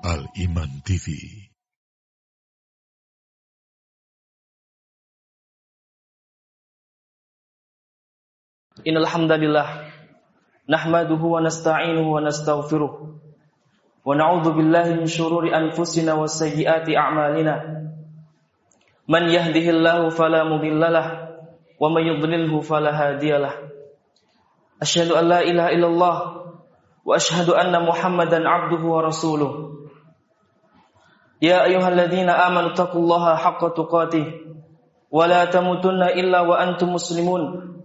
Al-Iman TV. Innal hamdalillah nahmaduhu wa nasta'inuhu wa nastaghfiruh wa na'udzu billahi min shururi anfusina wa sayyiati a'malina. Man yahdihillahu fala mudhillalah wa may yudlilhu fala hadiyalah. Asyhadu an la ilaha illallah wa asyhadu anna Muhammadan 'abduhu wa rasuluh. Ya ayyuhalladzina amanu taqullaha haqqa tuqatih wa la tamutunna illa wa antum muslimun.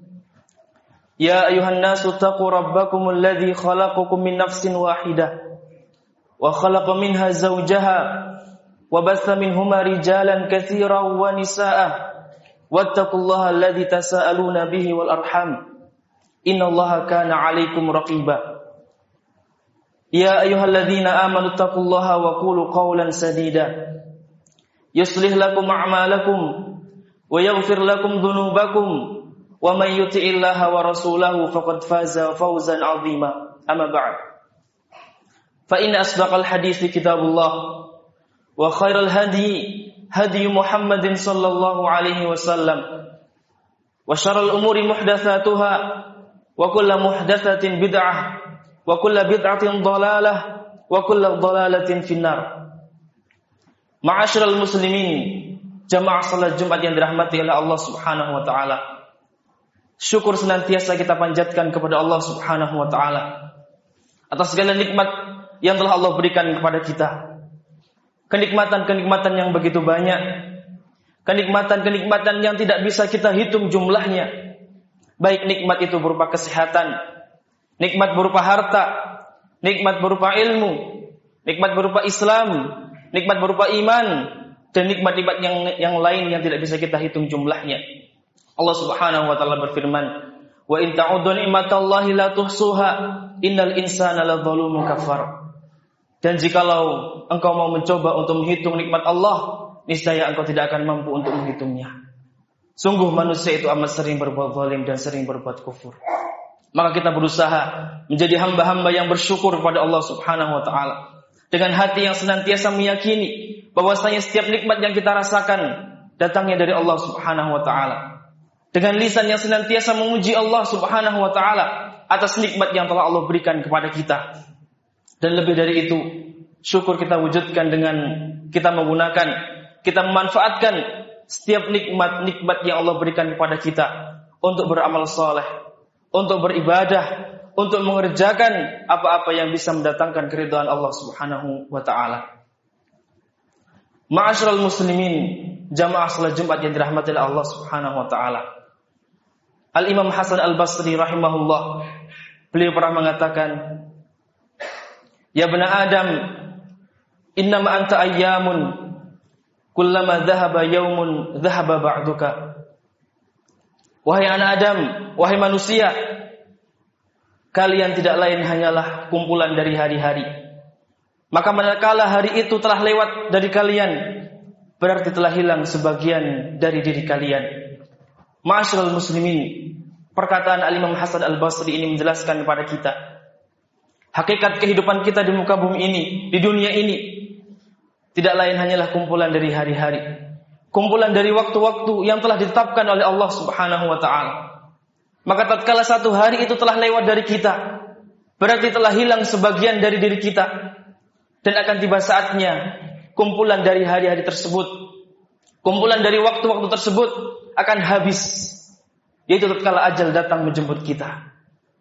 Ya ayyuhan nasu taqu rabbakumul ladzi khalaqakum min nafsin wahidah wa khalaqa minha zawjaha wa batha minhuma rijalan katsiran wa nisaa'a wattaqullaha alladzi tasaaluna bihi wal arham innallaha kana 'alaikum raqiba. Ya ayyuhalladzina amanu taqullaha wa qulu qawlan sadida yuslih lakum a'malakum wa yaghfir lakum dhunubakum wa may yuti'illaha wa rasulahu faqad faza fawzan 'azima. Amma ba'd. Fa inna asdaqal hadithi kitabullah wa khairal hadi Muhammadin sallallahu alaihi wasallam wa syarrul umuri muhdatsatuha wa kullu muhdatsatin bid'ah wa kullu bid'atin dhalalah wa kullu dhalalatin finnar. Ma'asyiral muslimin, jamaah salat Jumat yang dirahmati oleh Allah Subhanahu wa taala. Syukur senantiasa kita panjatkan kepada Allah Subhanahu wa taala atas segala nikmat yang telah Allah berikan kepada kita. Kenikmatan-kenikmatan yang begitu banyak. Kenikmatan-kenikmatan yang tidak bisa kita hitung jumlahnya. Baik nikmat itu berupa kesehatan, nikmat berupa harta, nikmat berupa ilmu, nikmat berupa Islam, nikmat berupa iman, dan nikmat-nikmat yang lain yang tidak bisa kita hitung jumlahnya. Allah Subhanahu wa taala berfirman, "Wa in ta'uddu ni'matallahi la tuhsuha, innal insana ladzalumun kafar." Dan jikalau engkau mau mencoba untuk menghitung nikmat Allah, niscaya engkau tidak akan mampu untuk menghitungnya. Sungguh manusia itu amat sering berbuat zalim dan sering berbuat kufur. Maka kita berusaha menjadi hamba-hamba yang bersyukur kepada Allah Subhanahu wa taala dengan hati yang senantiasa meyakini bahwasanya setiap nikmat yang kita rasakan datangnya dari Allah Subhanahu wa taala. Dengan lisan yang senantiasa memuji Allah Subhanahu wa taala atas nikmat yang telah Allah berikan kepada kita. Dan lebih dari itu, syukur kita wujudkan dengan kita menggunakan, kita memanfaatkan setiap nikmat-nikmat yang Allah berikan kepada kita untuk beramal saleh, untuk beribadah, untuk mengerjakan apa-apa yang bisa mendatangkan keridhaan Allah Subhanahu wa taala. Ma'asyiral muslimin, jamaah salat Jumat yang dirahmati oleh Allah Subhanahu wa taala. Al-Imam Hasan Al-Basri rahimahullah, beliau pernah mengatakan, "Ya bani Adam, innama anta ayyamun, kullama dhahaba yaumun dhahaba ba'duka." Wahai anak Adam, wahai manusia, kalian tidak lain hanyalah kumpulan dari hari-hari. Maka manakala hari itu telah lewat dari kalian, berarti telah hilang sebagian dari diri kalian. Ma'asyiral muslimin, perkataan Al-Imam Hasan Al-Basri ini menjelaskan kepada kita hakikat kehidupan kita di muka bumi ini, di dunia ini, tidak lain hanyalah kumpulan dari hari-hari, kumpulan dari waktu-waktu yang telah ditetapkan oleh Allah Subhanahu wa taala. Maka tatkala satu hari itu telah lewat dari kita, berarti telah hilang sebagian dari diri kita, dan akan tiba saatnya kumpulan dari hari-hari tersebut, kumpulan dari waktu-waktu tersebut akan habis, yaitu tatkala ajal datang menjemput kita.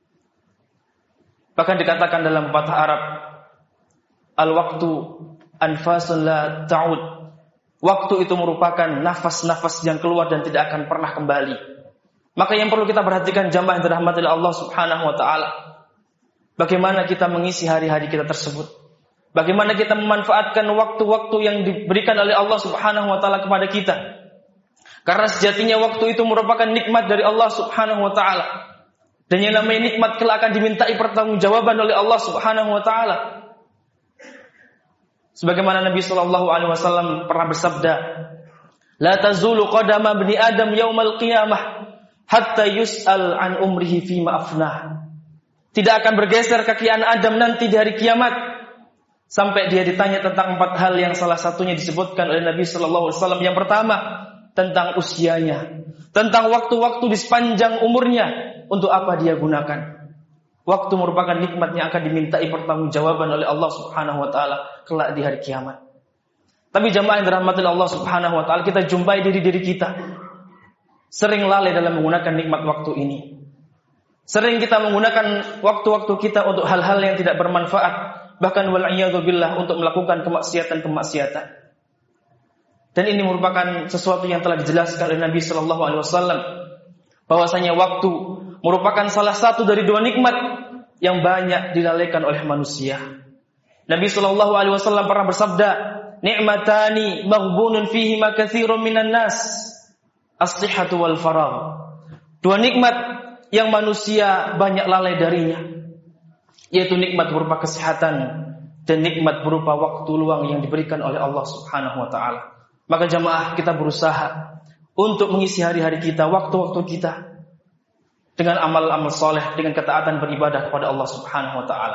Bahkan dikatakan dalam pepatah Arab, al-waqtu anfasun la ta'ud. Waktu itu merupakan nafas-nafas yang keluar dan tidak akan pernah kembali. Maka yang perlu kita perhatikan jamaah yang dirahmati oleh Allah Subhanahu wa taala, bagaimana kita mengisi hari-hari kita tersebut. Bagaimana kita memanfaatkan waktu-waktu yang diberikan oleh Allah Subhanahu wa taala kepada kita. Karena sejatinya waktu itu merupakan nikmat dari Allah Subhanahu wa taala. Dan yang namanya nikmat kelak akan dimintai pertanggungjawaban oleh Allah Subhanahu wa taala. Sebagaimana Nabi sallallahu alaihi wasallam pernah bersabda, "La tazulu qadama ibni Adam yaumal qiyamah hatta yus'al an umrihi fima afnah." Tidak akan bergeser kaki anak Adam nanti di hari kiamat Sampai dia ditanya tentang 4 hal yang salah satunya disebutkan oleh Nabi sallallahu alaihi wasallam. Yang pertama, tentang usianya, tentang waktu-waktu di sepanjang umurnya, untuk apa dia gunakan. Waktu merupakan nikmat yang akan dimintai pertanggungjawaban oleh Allah Subhanahu wa taala kelak di hari kiamat. Tapi jamaah yang dirahmati Allah Subhanahu wa taala, kita jumpai diri-diri kita sering lalai dalam menggunakan nikmat waktu ini. Sering kita menggunakan waktu-waktu kita untuk hal-hal yang tidak bermanfaat, bahkan wal'iyadzubillah untuk melakukan kemaksiatan-kemaksiatan. Dan ini merupakan sesuatu yang telah dijelaskan oleh Nabi sallallahu alaihi wasallam, bahwasanya waktu merupakan salah satu dari 2 nikmat yang banyak dilalaikan oleh manusia. Nabi sallallahu alaihi wasallam pernah bersabda, "Ni'matani maghbunun fihima katsirun minan nas, as-sihhatu wal faragh." 2 nikmat yang manusia banyak lalai darinya, yaitu nikmat berupa kesehatan dan nikmat berupa waktu luang yang diberikan oleh Allah Subhanahu wa taala. Maka jamaah, kita berusaha untuk mengisi hari-hari kita, waktu-waktu kita dengan amal-amal soleh, dengan ketaatan beribadah kepada Allah Subhanahu wa taala.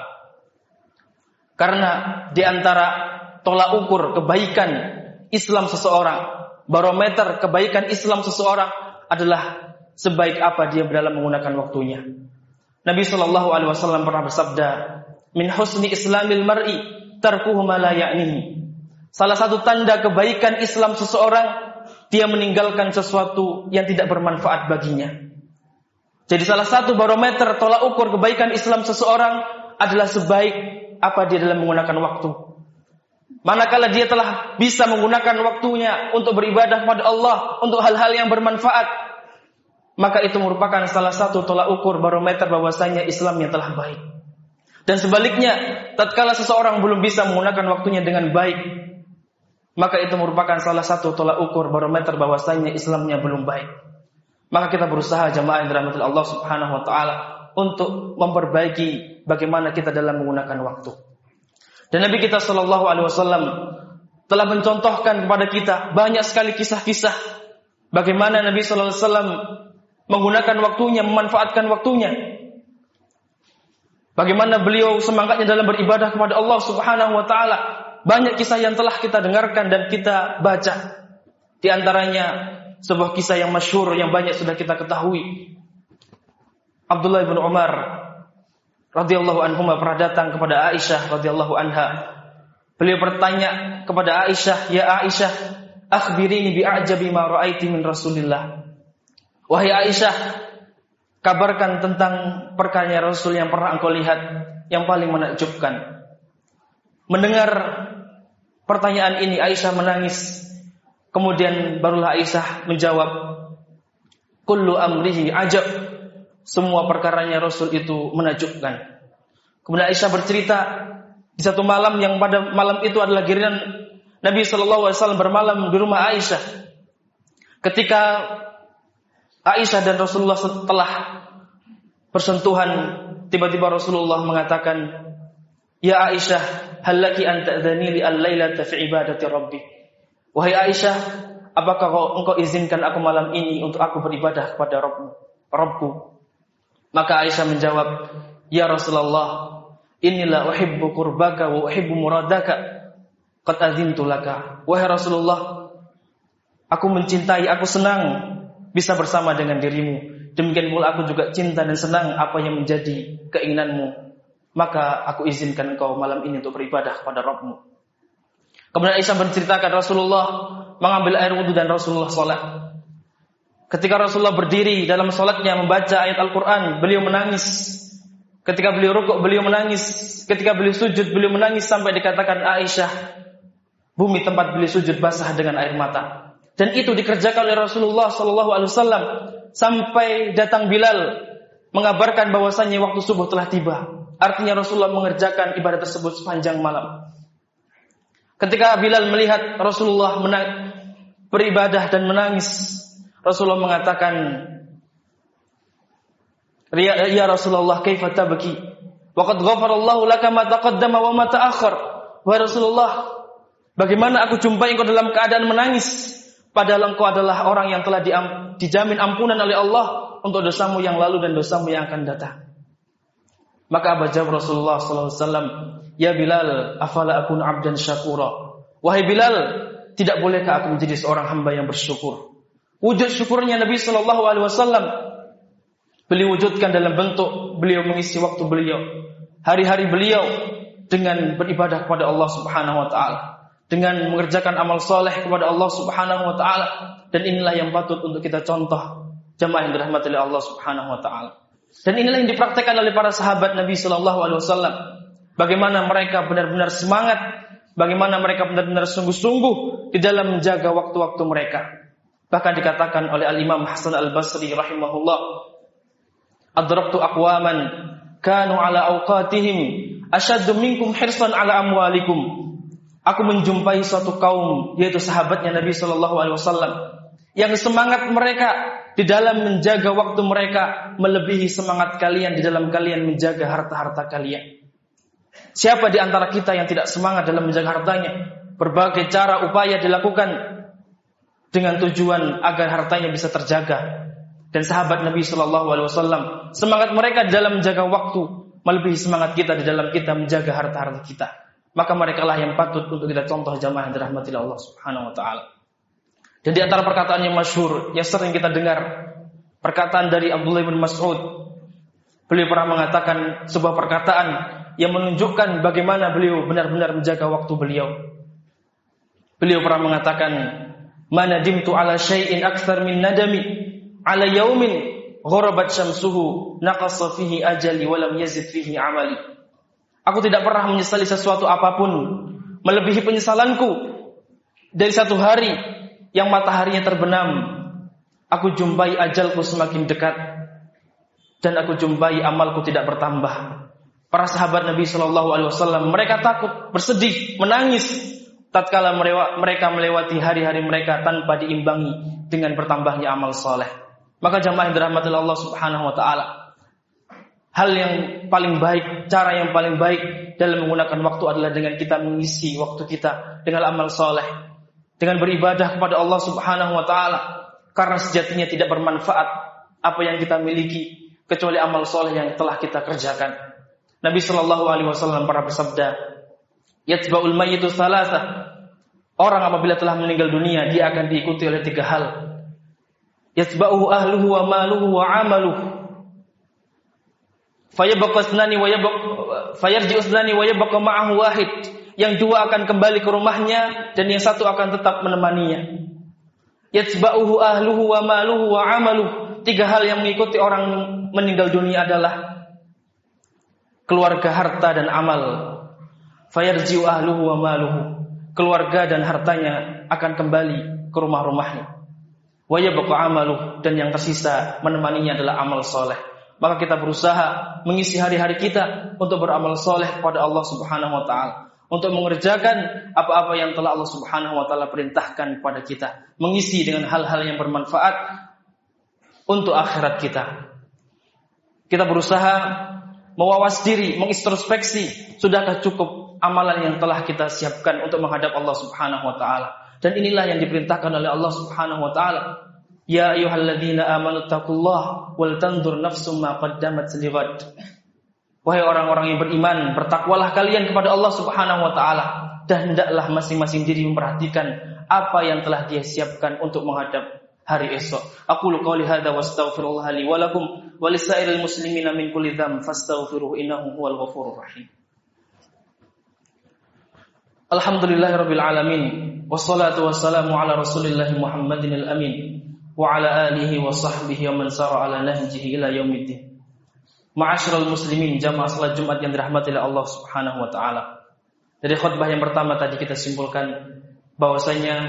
Karena di antara tolak ukur kebaikan Islam seseorang, barometer kebaikan Islam seseorang adalah sebaik apa dia dalam menggunakan waktunya. Nabi sallallahu alaihi wasallam pernah bersabda, "Min husni islamil mar'i tarkuhu ma la ya'nihi." Salah satu tanda kebaikan Islam seseorang, dia meninggalkan sesuatu yang tidak bermanfaat baginya. Jadi salah satu barometer tolak ukur kebaikan Islam seseorang adalah sebaik apa dia dalam menggunakan waktu. Manakala dia telah bisa menggunakan waktunya untuk beribadah kepada Allah, untuk hal-hal yang bermanfaat, maka itu merupakan salah satu tolak ukur barometer bahwasanya Islam yang telah baik. Dan sebaliknya, tatkala seseorang belum bisa menggunakan waktunya dengan baik, maka itu merupakan salah satu tolak ukur barometer bahwasanya Islamnya belum baik. Maka kita berusaha jamaah yang dirahmati Allah Subhanahu wa taala untuk memperbaiki bagaimana kita dalam menggunakan waktu. Dan Nabi kita sallallahu alaihi wasallam telah mencontohkan kepada kita banyak sekali kisah-kisah bagaimana Nabi sallallahu alaihi wasallam menggunakan waktunya, memanfaatkan waktunya. Bagaimana beliau semangatnya dalam beribadah kepada Allah Subhanahu wa taala. Banyak kisah yang telah kita dengarkan dan kita baca. Di antaranya sebuah kisah yang masyhur yang banyak sudah kita ketahui. Abdullah bin Umar radhiyallahu anhu pernah datang kepada Aisyah radhiyallahu anha. Beliau bertanya kepada Aisyah, "Ya Aisyah, akhbirini bi a'jabi ma ra'aiti min Rasulillah." Wahai Aisyah, kabarkan tentang perkara Rasul yang pernah engkau lihat yang paling menakjubkan. Mendengar pertanyaan ini, Aisyah menangis. Kemudian barulah Aisyah menjawab, "Kullu amrihi ajab." Semua perkaranya Rasul itu menakjubkan. Kemudian Aisyah bercerita, di satu malam yang pada malam itu adalah giliran Nabi sallallahu alaihi wasallam bermalam di rumah Aisyah. Ketika Aisyah dan Rasulullah setelah bersentuhan, tiba-tiba Rasulullah mengatakan, "Ya Aisyah, hal laki an ta'dhani li al-lailata fi ibadati rabbi." Wahai Aisyah, apakah engkau izinkan aku malam ini untuk aku beribadah kepada Rabbku? Maka Aisyah menjawab, "Ya Rasulullah, inilah uhibbu qurbaka wa uhibbu muradaka. Qad adzintu laka." Wahai Rasulullah, aku mencintai, aku senang bisa bersama dengan dirimu. Demikian pula aku juga cinta dan senang apa yang menjadi keinginanmu. Maka aku izinkan engkau malam ini untuk beribadah kepada Rabbmu. Kemudian Aisyah menceritakan Rasulullah mengambil air wudu dan Rasulullah sholat. Ketika Rasulullah berdiri dalam sholatnya membaca ayat Al-Quran, beliau menangis. Ketika beliau rukuk, beliau menangis. Ketika beliau sujud, beliau menangis sampai dikatakan Aisyah, bumi tempat beliau sujud basah dengan air mata. Dan itu dikerjakan oleh Rasulullah SAW sampai datang Bilal mengabarkan bahwasannya waktu subuh telah tiba. Artinya Rasulullah mengerjakan ibadah tersebut sepanjang malam. Ketika Bilal melihat Rasulullah beribadah dan menangis, Rasulullah mengatakan, "Ya Rasulullah, kaifa tabki? Wa qad ghafarallahu laka ma taqaddama wa ma ta'akhkhar." Wahai Rasulullah, bagaimana aku jumpai engkau dalam keadaan menangis? Padahal engkau adalah orang yang telah dijamin ampunan oleh Allah untuk dosamu yang lalu dan dosamu yang akan datang. Maka apa jawab Rasulullah SAW? "Ya Bilal, afala akun 'abdan syakura?" Wahai Bilal, tidak bolehkah aku menjadi seorang hamba yang bersyukur? Wujud syukurnya Nabi sallallahu alaihi wasallam beliau wujudkan dalam bentuk beliau mengisi waktu beliau, hari-hari beliau dengan beribadah kepada Allah Subhanahu wa taala, dengan mengerjakan amal soleh kepada Allah Subhanahu wa taala, dan inilah yang patut untuk kita contoh jamaah yang dirahmati oleh Allah Subhanahu wa taala. Dan inilah yang dipraktikkan oleh para sahabat Nabi sallallahu alaihi wasallam. Bagaimana mereka benar-benar semangat, bagaimana mereka benar-benar sungguh-sungguh di dalam menjaga waktu-waktu mereka. Bahkan dikatakan oleh Al-Imam Hasan Al-Basri rahimahullah, "Adraktu aqwaman kanu ala awqatihim asyaddu minkum hirsan ala amwalikum." Aku menjumpai suatu kaum, yaitu sahabatnya Nabi sallallahu alaihi wasallam, yang semangat mereka di dalam menjaga waktu mereka melebihi semangat kalian di dalam kalian menjaga harta-harta kalian. Siapa di antara kita yang tidak semangat dalam menjaga hartanya? Berbagai cara upaya dilakukan dengan tujuan agar hartanya bisa terjaga. Dan sahabat Nabi sallallahu alaihi wasallam, semangat mereka di dalam menjaga waktu melebihi semangat kita di dalam kita menjaga harta-harta kita. Maka merekalah yang patut untuk kita contoh jamaah yang dirahmati Allah Subhanahu wa taala. Dan di antara perkataan yang masyhur yang sering kita dengar, perkataan dari Abdullah bin Mas'ud. Beliau pernah mengatakan sebuah perkataan yang menunjukkan bagaimana beliau benar-benar menjaga waktu beliau. Beliau pernah mengatakan, "Ma nadimtu ala syai'in aktsar min nadami ala yaumin gharabat syamsuhu naqassa fihi ajali wa lam yazid fihi amali." Aku tidak pernah menyesali sesuatu apapun melebihi penyesalanku dari satu hari yang mataharinya terbenam. Aku jumpai ajalku semakin dekat dan aku jumpai amalku tidak bertambah. Para sahabat Nabi sallallahu alaihi wasallam mereka takut, bersedih, menangis tatkala mereka melewati hari-hari mereka tanpa diimbangi dengan bertambahnya amal saleh. Maka jamaah yang dirahmati Allah Subhanahu wa taala, hal yang paling baik, cara yang paling baik dalam menggunakan waktu adalah dengan kita mengisi waktu kita dengan amal saleh, dengan beribadah kepada Allah Subhanahu wa taala, karena sejatinya tidak bermanfaat apa yang kita miliki kecuali amal soleh yang telah kita kerjakan. Nabi sallallahu alaihi wasallam pernah bersabda, "Yatba'ul mayyitu tsalatsa." Orang apabila telah meninggal dunia, dia akan diikuti oleh 3 hal. Yatba'uhu ahluhu wa maluhu wa 'amaluhu. Fayabqa ithnani wa fayarji'u ithnani wa yabqa ma'ahu wahid. Yang 2 akan kembali ke rumahnya dan yang 1 akan tetap menemaninya. Yatba'uhu ahluhu wa maluhu wa 'amaluhu. 3 hal yang mengikuti orang meninggal dunia adalah keluarga, harta dan amal. Fayarji'u ahluhu wa maluhu. Keluarga dan hartanya akan kembali ke rumah-rumahnya. Wa yabqa 'amaluhu, dan yang tersisa menemaninya adalah amal soleh. Maka kita berusaha mengisi hari-hari kita untuk beramal soleh kepada Allah Subhanahu wa taala, untuk mengerjakan apa-apa yang telah Allah Subhanahu wa taala perintahkan kepada kita, mengisi dengan hal-hal yang bermanfaat untuk akhirat kita. Kita berusaha mewawas diri, mengintrospeksi, sudahkah cukup amalan yang telah kita siapkan untuk menghadap Allah Subhanahu wa taala. Dan inilah yang diperintahkan oleh Allah Subhanahu wa taala. Ya ayyuhalladzina amanu taqullaha wal tanzur nafsum ma qaddamat lighad. Wahai orang-orang yang beriman, bertakwalah kalian kepada Allah Subhanahu wa taala, dan hendaklah masing-masing diri memperhatikan apa yang telah dia siapkan untuk menghadap hari esok. Aqulu qouli hadza wastaghfirullaha li wa lakum wa lisairil muslimina min kulli dzamb fastaghfiruhu innahu huwal ghafurur rahim. Alhamdulillahirabbil alamin, wassalatu wassalamu ala Rasulillah Muhammadin al-amin wa ala alihi wa sahbihi wa man sara ala nahjihi ila yaumiddin. Ma'asyiral muslimin, jamaah salat Jumat yang dirahmati oleh Allah Subhanahu wa taala. Dari khutbah yang pertama tadi kita simpulkan bahwasanya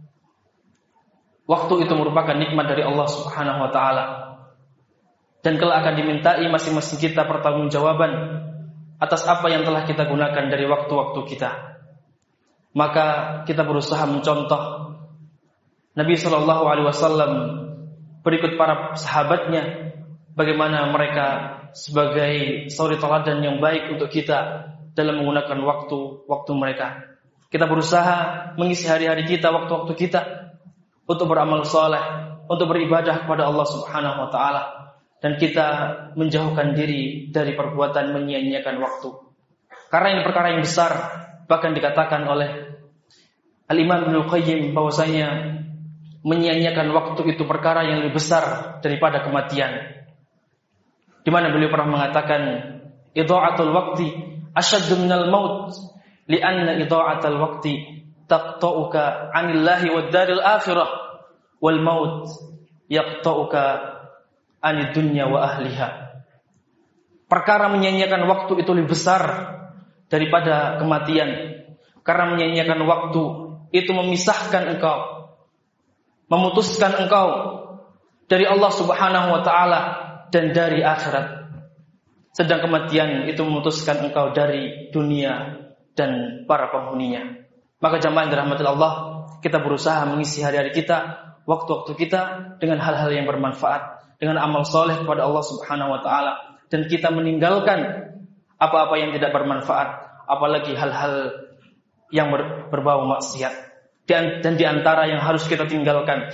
waktu itu merupakan nikmat dari Allah Subhanahu wa taala. Dan kelak akan dimintai masing-masing kita pertanggungjawaban atas apa yang telah kita gunakan dari waktu-waktu kita. Maka kita berusaha mencontoh Nabi sallallahu alaihi wasallam berikut para sahabatnya, bagaimana mereka sebagai suri teladan yang baik untuk kita dalam menggunakan waktu mereka. Kita berusaha mengisi hari-hari kita, waktu-waktu kita untuk beramal saleh, untuk beribadah kepada Allah Subhanahu wa taala, dan kita menjauhkan diri dari perbuatan menyia-nyiakan waktu. Karena ini perkara yang besar, bahkan dikatakan oleh Al-Imam Ibnu Qayyim bahwasanya menyia-nyiakan waktu itu perkara yang lebih besar daripada kematian. Di mana beliau pernah mengatakan, idha'atul waqti asyaddu minal maut, li'anna idha'atul waqti taqta'uka 'anillahi wad daril akhirah, wal maut yaqta'uka 'anid dunya wa ahliha. Perkara menyia-nyiakan waktu itu lebih besar daripada kematian. Karena menyia-nyiakan waktu itu memisahkan engkau, memutuskan engkau dari Allah Subhanahu wa taala dan dari akhirat. Sedang kematian itu memutuskan engkau dari dunia dan para penghuninya. Maka jamaah yang dirahmati Allah, kita berusaha mengisi hari-hari kita, waktu-waktu kita dengan hal-hal yang bermanfaat, dengan amal soleh kepada Allah Subhanahu wa taala, dan kita meninggalkan apa-apa yang tidak bermanfaat, apalagi hal-hal yang berbau maksiat. Dan di antara yang harus kita tinggalkan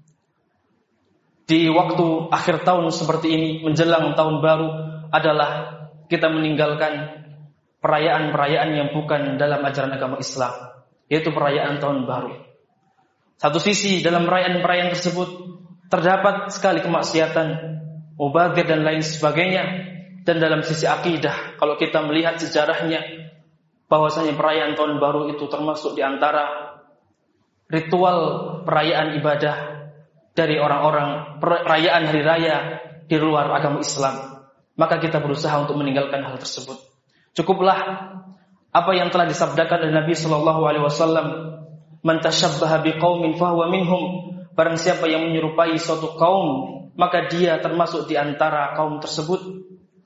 di waktu akhir tahun seperti ini, menjelang tahun baru, adalah kita meninggalkan perayaan-perayaan yang bukan dalam ajaran agama Islam, yaitu perayaan tahun baru. Satu sisi dalam perayaan-perayaan tersebut terdapat sekali kemaksiatan, mubadzir dan lain sebagainya. Dan dalam sisi akidah, kalau kita melihat sejarahnya, bahwasanya perayaan tahun baru itu termasuk di antara ritual perayaan ibadah dari orang-orang, perayaan hari raya di luar agama Islam. Maka kita berusaha untuk meninggalkan hal tersebut. Cukuplah apa yang telah disabdakan oleh Nabi sallallahu alaihi wasallam, "Man tashabbaha biqaumin fahuwa minhum." Barang siapa yang menyerupai suatu kaum, maka dia termasuk di antara kaum tersebut.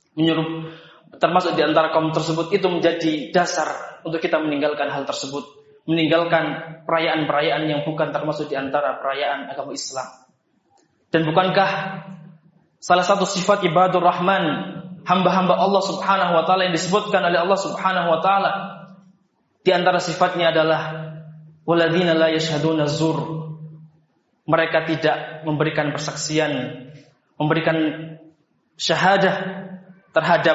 Termasuk di antara kaum tersebut, itu menjadi dasar untuk kita meninggalkan hal tersebut, meninggalkan perayaan-perayaan yang bukan termasuk di antara perayaan agama Islam. Dan bukankah salah satu sifat ibadur rahman, hamba-hamba Allah Subhanahu wa taala yang disebutkan oleh Allah Subhanahu wa taala, di antara sifatnya adalah walladzina la yashhaduna zur. Mereka tidak memberikan persaksian, memberikan syahadah terhadap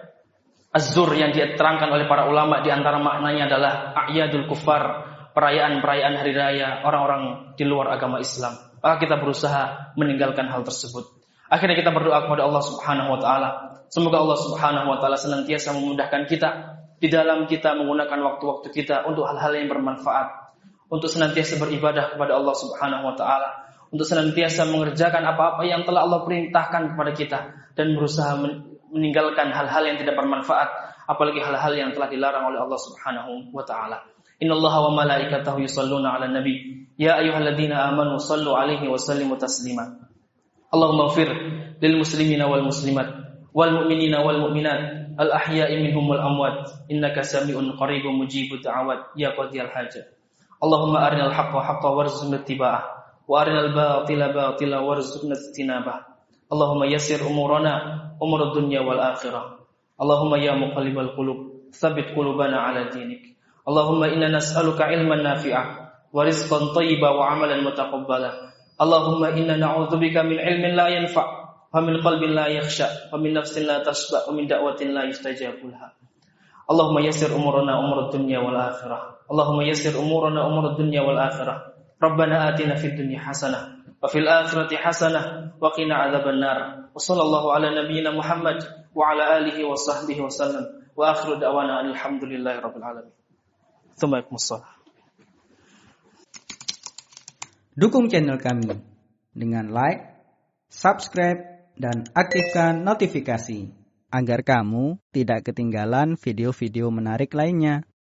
az-zur yang diterangkan oleh para ulama. Di antara maknanya adalah a'yadul kufar, perayaan-perayaan hari raya orang-orang di luar agama Islam. Maka kita berusaha meninggalkan hal tersebut. Akhirnya kita berdoa kepada Allah Subhanahu wa taala, semoga Allah Subhanahu wa taala senantiasa memudahkan kita di dalam kita menggunakan waktu-waktu kita untuk hal-hal yang bermanfaat, untuk senantiasa beribadah kepada Allah Subhanahu wa taala, untuk senantiasa mengerjakan apa-apa yang telah Allah perintahkan kepada kita, dan berusaha meninggalkan hal-hal yang tidak bermanfaat, apalagi hal-hal yang telah dilarang oleh Allah Subhanahu wa taala. Innallaha wa malaikatahu yusholluna 'alan nabi, ya ayyuhalladzina amanu shallu 'alaihi wa sallimu taslima. Allahumma ighfir lil muslimina wal muslimat wal mu'minina wal mu'minat al ahya'i minhum wal amwat, innaka sami'un qaribun mujibud da'awat ya qadiyal hajat. Allahumma arinal haqqa haqqan warzuqna ittiba'ah wa arinal batila batila warzuqna ijtinabah. Allahumma yassir umurana umur dunya wal akhirah. Allahumma ya muqallibal qulub tsabbit qulubana ala dinik. Allahumma inna nas'aluka ilman nafi'ah wa rizqan thayyiban wa 'amalan mutaqabbala. Allahumma inna na'udzubika min ilmin la yanfa' wa min qalbin la yakhsha wa min nafsin la tashba' wa min da'watin la yustajabu laha. Allahumma yassir umurana umur dunya wal akhirah. Allahumma yassir umurana umur dunya wal akhirah. Rabbana atina fid dunya hasanah wa fil akhirati hasanah wa qina adzabannar. Wa sallallahu ala nabiyyina Muhammad wa ala alihi wa sahbihi wa sallam. Wa akhiru da'wana alhamdulillahi rabbil alamin. Tsummaikumussalam. Dukung channel kami dengan like, subscribe, dan aktifkan notifikasi agar kamu tidak ketinggalan video-video menarik lainnya.